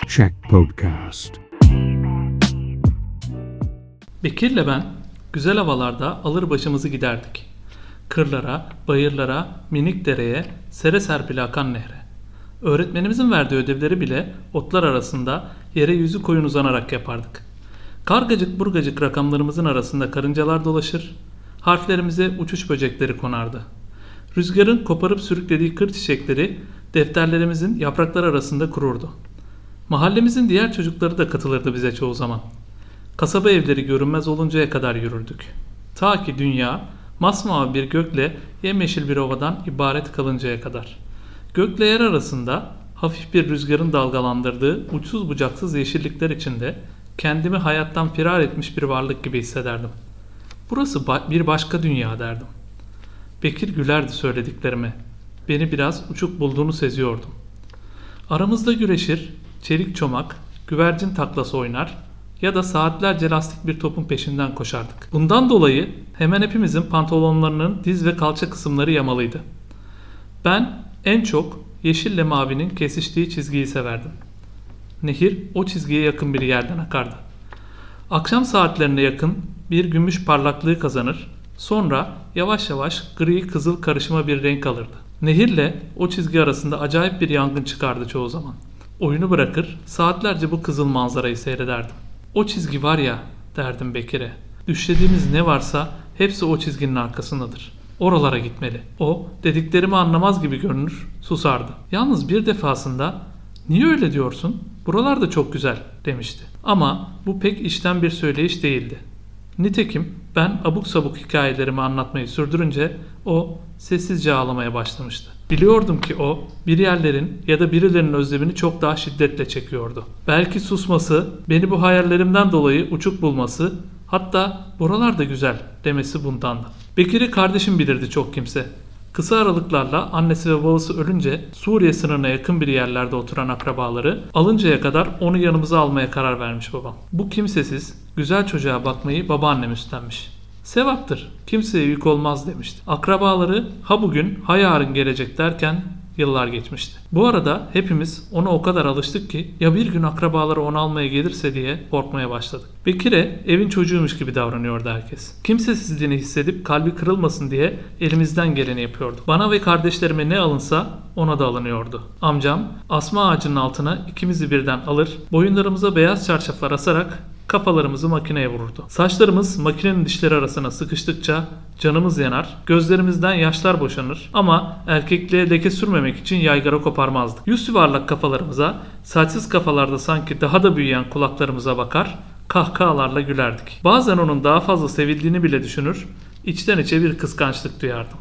Check Podcast. Bekir'le ben güzel havalarda alır başımızı giderdik. Kırlara, bayırlara, minik dereye, sere serpili akan nehre. Öğretmenimizin verdiği ödevleri bile otlar arasında yere yüzü koyun uzanarak yapardık. Kargacık burgacık rakamlarımızın arasında karıncalar dolaşır, harflerimize uçuş böcekleri konardı. Rüzgarın koparıp sürüklediği kır çiçekleri defterlerimizin yaprakları arasında kururdu. Mahallemizin diğer çocukları da katılırdı bize çoğu zaman. Kasaba evleri görünmez oluncaya kadar yürürdük. Ta ki dünya masmavi bir gökle yemyeşil bir ovadan ibaret kalıncaya kadar. Gökle yer arasında hafif bir rüzgarın dalgalandırdığı uçsuz bucaksız yeşillikler içinde kendimi hayattan firar etmiş bir varlık gibi hissederdim. Burası bir başka dünya derdim. Bekir gülerdi söylediklerime. Beni biraz uçuk bulduğunu seziyordum. Aramızda güreşir, çelik çomak, güvercin taklası oynar ya da saatlerce lastik bir topun peşinden koşardık. Bundan dolayı hemen hepimizin pantolonlarının diz ve kalça kısımları yamalıydı. Ben en çok yeşille mavinin kesiştiği çizgiyi severdim. Nehir o çizgiye yakın bir yerden akardı. Akşam saatlerine yakın bir gümüş parlaklığı kazanır, sonra yavaş yavaş gri kızıl karışıma bir renk alırdı. Nehirle o çizgi arasında acayip bir yangın çıkardı çoğu zaman. Oyunu bırakır, saatlerce bu kızıl manzarayı seyrederdim. O çizgi var ya, derdim Bekir'e. Düşlediğimiz ne varsa hepsi o çizginin arkasındadır. Oralara gitmeli. O, dediklerimi anlamaz gibi görünür, susardı. Yalnız bir defasında, "Niye öyle diyorsun? Buralar da çok güzel," demişti. Ama bu pek içten bir söyleyiş değildi. Nitekim ben abuk sabuk hikayelerimi anlatmayı sürdürünce o sessizce ağlamaya başlamıştı. Biliyordum ki o bir yerlerin ya da birilerinin özlemini çok daha şiddetle çekiyordu. Belki susması, beni bu hayallerimden dolayı uçuk bulması, hatta "buralar da güzel" demesi bundandı. Bekir'i kardeşim bilirdi çok kimse. Kısa aralıklarla annesi ve babası ölünce Suriye sınırına yakın bir yerlerde oturan akrabaları alıncaya kadar onu yanımıza almaya karar vermiş babam. Bu kimsesiz, güzel çocuğa bakmayı babaannem üstlenmiş. "Sevaptır, kimseye yük olmaz," demişti. Akrabaları ha bugün ha yarın gelecek derken yıllar geçmişti. Bu arada hepimiz ona o kadar alıştık ki ya bir gün akrabaları onu almaya gelirse diye korkmaya başladık. Bekir'e evin çocuğuymuş gibi davranıyordu herkes. Kimsesizliğini hissedip kalbi kırılmasın diye elimizden geleni yapıyorduk. Bana ve kardeşlerime ne alınsa ona da alınıyordu. Amcam asma ağacının altına ikimizi birden alır, boyunlarımıza beyaz çarşaflar asarak kafalarımızı makineye vururdu. Saçlarımız makinenin dişleri arasına sıkıştıkça canımız yanar, gözlerimizden yaşlar boşanır ama erkekliğe leke sürmemek için yaygara koparmazdık. Yüz yuvarlak kafalarımıza, saçsız kafalarda sanki daha da büyüyen kulaklarımıza bakar, kahkahalarla gülerdik. Bazen onun daha fazla sevildiğini bile düşünür, içten içe bir kıskançlık duyardım.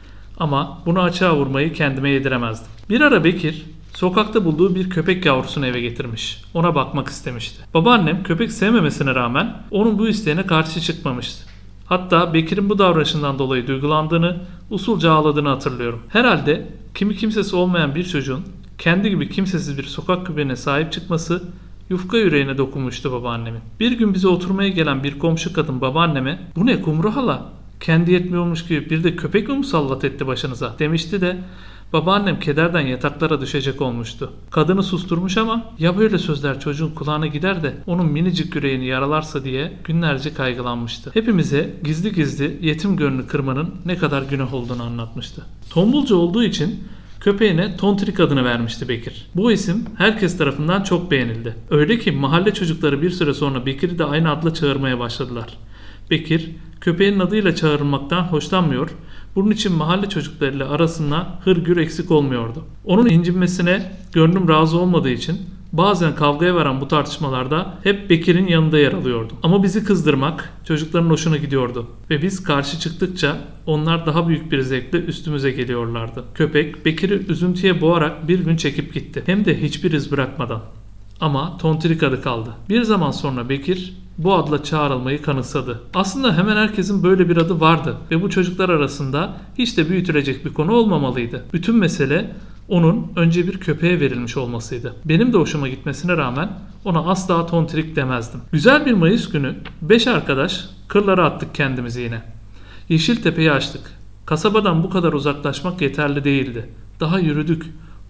Ama bunu açığa vurmayı kendime yediremezdim. Bir ara Bekir sokakta bulduğu bir köpek yavrusunu eve getirmiş. Ona bakmak istemişti. Babaannem köpek sevmemesine rağmen onun bu isteğine karşı çıkmamıştı. Hatta Bekir'in bu davranışından dolayı duygulandığını, usulca ağladığını hatırlıyorum. Herhalde kimi kimsesi olmayan bir çocuğun kendi gibi kimsesiz bir sokak köpeğine sahip çıkması yufka yüreğine dokunmuştu babaannemin. Bir gün bize oturmaya gelen bir komşu kadın babaanneme "Bu ne Kumru hala? Kendi yetmiyormuş gibi bir de köpek mi musallat etti başınıza?" demişti de babaannem kederden yataklara düşecek olmuştu. Kadını susturmuş ama ya böyle sözler çocuğun kulağına gider de onun minicik yüreğini yaralarsa diye günlerce kaygılanmıştı. Hepimize gizli gizli yetim gönlü kırmanın ne kadar günah olduğunu anlatmıştı. Tombulcu olduğu için köpeğine Tontrik adını vermişti Bekir. Bu isim herkes tarafından çok beğenildi. Öyle ki mahalle çocukları bir süre sonra Bekir'i de aynı adla çağırmaya başladılar. Bekir, köpeğin adıyla çağrılmaktan hoşlanmıyor, bunun için mahalle çocuklarıyla arasında hırgür eksik olmuyordu. Onun incinmesine gönlüm razı olmadığı için bazen kavgaya varan bu tartışmalarda hep Bekir'in yanında yer alıyordum. Ama bizi kızdırmak çocukların hoşuna gidiyordu ve biz karşı çıktıkça onlar daha büyük bir zevkle üstümüze geliyorlardı. Köpek Bekir'i üzüntüye boğarak bir gün çekip gitti. Hem de hiçbir iz bırakmadan. Ama Tontrik adı kaldı. Bir zaman sonra Bekir bu adla çağrılmayı kanıksadı. Aslında hemen herkesin böyle bir adı vardı ve bu çocuklar arasında hiç de büyütülecek bir konu olmamalıydı. Bütün mesele onun önce bir köpeğe verilmiş olmasıydı. Benim de hoşuma gitmesine rağmen ona asla Tontrik demezdim. Güzel bir Mayıs günü 5 arkadaş kırlara attık kendimizi yine. Yeşiltepe'yi açtık. Kasabadan bu kadar uzaklaşmak yeterli değildi. Daha yürüdük.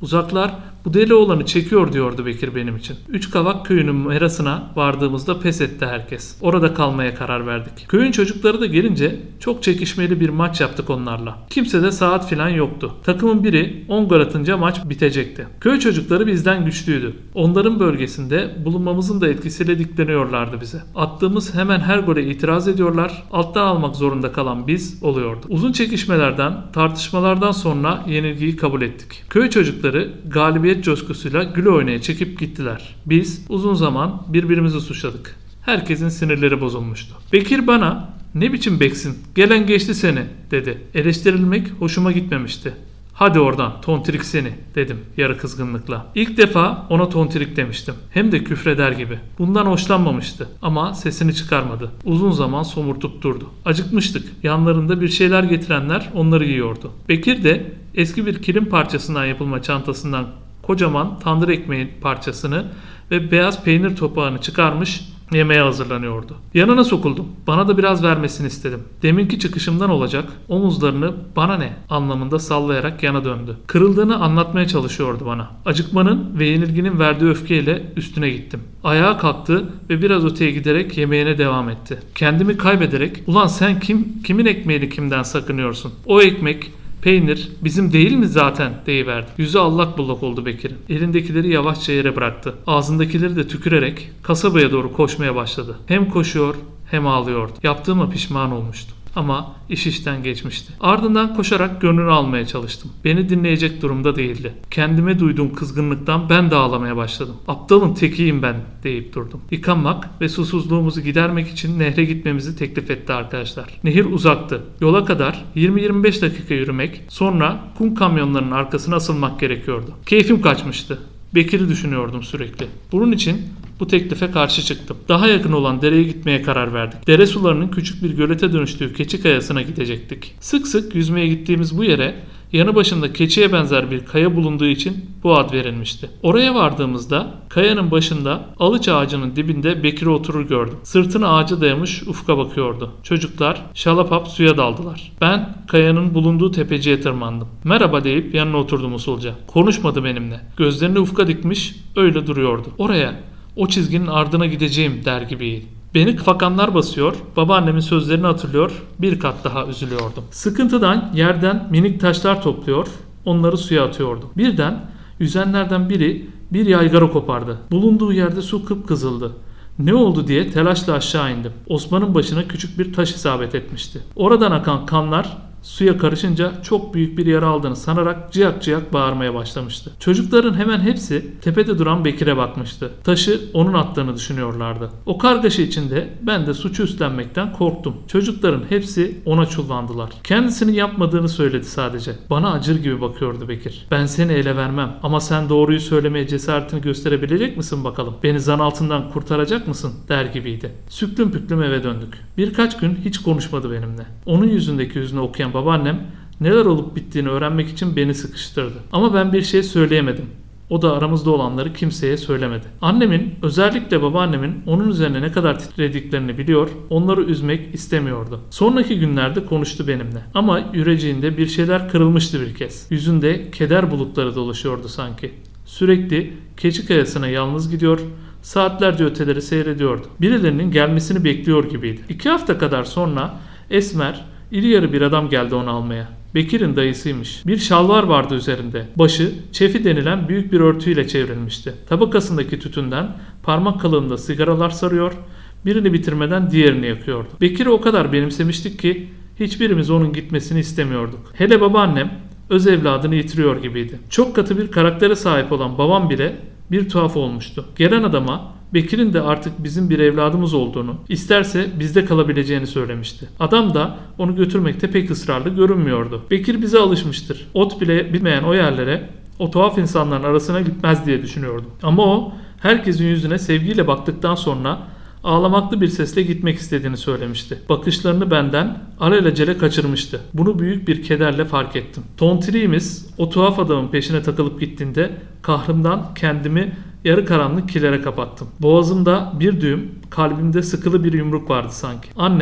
Uzaklar bu deli olanı çekiyor diyordu Bekir benim için. Üçkavak köyünün merasına vardığımızda pes etti herkes. Orada kalmaya karar verdik. Köyün çocukları da gelince çok çekişmeli bir maç yaptık onlarla. Kimse de saat filan yoktu. Takımın biri 10 gol atınca maç bitecekti. Köy çocukları bizden güçlüydü. Onların bölgesinde bulunmamızın da etkisiyle dikleniyorlardı bize. Attığımız hemen her gole itiraz ediyorlar. Alttan almak zorunda kalan biz oluyordu. Uzun çekişmelerden, tartışmalardan sonra yenilgiyi kabul ettik. Köy çocukları galibiyet coşkusuyla gül oynaya çekip gittiler. Biz uzun zaman birbirimizi suçladık. Herkesin sinirleri bozulmuştu. Bekir bana "Ne biçim beksin? Gelen geçti seni," dedi. Eleştirilmek hoşuma gitmemişti. "Hadi oradan tontirik seni," dedim yarı kızgınlıkla. İlk defa ona tontirik demiştim. Hem de küfreder gibi. Bundan hoşlanmamıştı ama sesini çıkarmadı. Uzun zaman somurtup durdu. Acıkmıştık. Yanlarında bir şeyler getirenler onları yiyordu. Bekir de eski bir kilim parçasından yapılma çantasından kocaman tandır ekmeği parçasını ve beyaz peynir topağını çıkarmış yemeğe hazırlanıyordu. Yanına sokuldum. Bana da biraz vermesini istedim. Deminki çıkışımdan olacak, omuzlarını "bana ne" anlamında sallayarak yana döndü. Kırıldığını anlatmaya çalışıyordu bana. Acıkmanın ve yenilginin verdiği öfkeyle üstüne gittim. Ayağa kalktı ve biraz öteye giderek yemeğine devam etti. Kendimi kaybederek "Ulan sen kimin ekmeğini kimden sakınıyorsun? O ekmek, peynir bizim değil mi zaten?" deyiverdi. Yüzü allak bullak oldu Bekir'in. Elindekileri yavaşça yere bıraktı. Ağzındakileri de tükürerek kasabaya doğru koşmaya başladı. Hem koşuyor hem ağlıyordu. Yaptığıma pişman olmuştum. Ama iş işten geçmişti. Ardından koşarak gönlünü almaya çalıştım. Beni dinleyecek durumda değildi. Kendime duyduğum kızgınlıktan ben de ağlamaya başladım. "Aptalın tekiyim ben," deyip durdum. Yıkanmak ve susuzluğumuzu gidermek için nehre gitmemizi teklif etti arkadaşlar. Nehir uzaktı. Yola kadar 20-25 dakika yürümek, sonra kum kamyonlarının arkasına asılmak gerekiyordu. Keyfim kaçmıştı. Bekir'i düşünüyordum sürekli. Bunun için bu teklife karşı çıktım. Daha yakın olan dereye gitmeye karar verdik. Dere sularının küçük bir gölete dönüştüğü keçi kayasına gidecektik. Sık sık yüzmeye gittiğimiz bu yere yanı başında keçiye benzer bir kaya bulunduğu için bu ad verilmişti. Oraya vardığımızda kayanın başında alıç ağacının dibinde Bekir'i oturur gördüm. Sırtını ağaca dayamış ufka bakıyordu. Çocuklar şalapap suya daldılar. Ben kayanın bulunduğu tepeciye tırmandım. "Merhaba," deyip yanına oturdum usulca. Konuşmadı benimle. Gözlerini ufka dikmiş öyle duruyordu. Oraya, o çizginin ardına gideceğim der gibiydi. Beni fakanlar basıyor, babaannemin sözlerini hatırlıyor, bir kat daha üzülüyordum. Sıkıntıdan yerden minik taşlar topluyor, onları suya atıyordum. Birden yüzenlerden biri bir yaygara kopardı. Bulunduğu yerde su kıpkızıldı. Ne oldu diye telaşla aşağı indim. Osman'ın başına küçük bir taş isabet etmişti. Oradan akan kanlar suya karışınca çok büyük bir yara aldığını sanarak ciyak ciyak bağırmaya başlamıştı. Çocukların hemen hepsi tepede duran Bekir'e bakmıştı. Taşı onun attığını düşünüyorlardı. O kargaşa içinde ben de suçu üstlenmekten korktum. Çocukların hepsi ona çullandılar. Kendisinin yapmadığını söyledi sadece. Bana acır gibi bakıyordu Bekir. "Ben seni ele vermem ama sen doğruyu söylemeye cesaretini gösterebilecek misin bakalım? Beni zan altından kurtaracak mısın?" der gibiydi. Süklüm püklüm eve döndük. Birkaç gün hiç konuşmadı benimle. Onun yüzündeki hüznü okuyan babaannem neler olup bittiğini öğrenmek için beni sıkıştırdı. Ama ben bir şey söyleyemedim. O da aramızda olanları kimseye söylemedi. Annemin, özellikle babaannemin onun üzerine ne kadar titrediklerini biliyor, onları üzmek istemiyordu. Sonraki günlerde konuştu benimle. Ama yüreciğinde bir şeyler kırılmıştı bir kez. Yüzünde keder bulutları dolaşıyordu sanki. Sürekli keçi kayasına yalnız gidiyor, saatlerce öteleri seyrediyordu. Birilerinin gelmesini bekliyor gibiydi. 2 hafta kadar sonra esmer, İri yarı bir adam geldi onu almaya. Bekir'in dayısıymış. Bir şalvar vardı üzerinde. Başı çefi denilen büyük bir örtüyle çevrilmişti. Tabakasındaki tütünden parmak kalınlığında sigaralar sarıyor, birini bitirmeden diğerini yakıyordu. Bekir'i o kadar benimsemiştik ki hiçbirimiz onun gitmesini istemiyorduk. Hele babaannem öz evladını yitiriyor gibiydi. Çok katı bir karaktere sahip olan babam bile bir tuhaf olmuştu. Gelen adama Bekir'in de artık bizim bir evladımız olduğunu, isterse bizde kalabileceğini söylemişti. Adam da onu götürmekte pek ısrarlı görünmüyordu. Bekir bize alışmıştır. Ot bile bilmeyen o yerlere, o tuhaf insanların arasına gitmez diye düşünüyordum. Ama o herkesin yüzüne sevgiyle baktıktan sonra ağlamaklı bir sesle gitmek istediğini söylemişti. Bakışlarını benden alelacele kaçırmıştı. Bunu büyük bir kederle fark ettim. Tontiliğimiz o tuhaf adamın peşine takılıp gittiğinde kahrımdan kendimi yarı karanlık kilere kapattım. Boğazımda bir düğüm, kalbimde sıkılı bir yumruk vardı sanki. Annem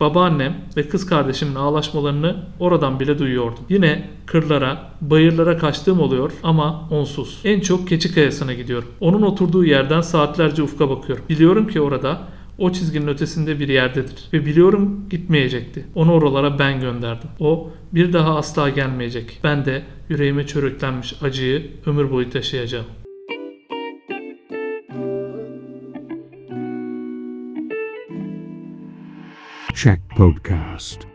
Babaannem ve kız kardeşimin ağlaşmalarını oradan bile duyuyordum. Yine kırlara, bayırlara kaçtığım oluyor ama onsuz. En çok Keçi Kayası'na gidiyorum. Onun oturduğu yerden saatlerce ufka bakıyorum. Biliyorum ki orada o çizginin ötesinde bir yerdedir. Ve biliyorum gitmeyecekti. Onu oralara ben gönderdim. O bir daha asla gelmeyecek. Ben de yüreğime çörüklenmiş acıyı ömür boyu taşıyacağım. Check Podcast.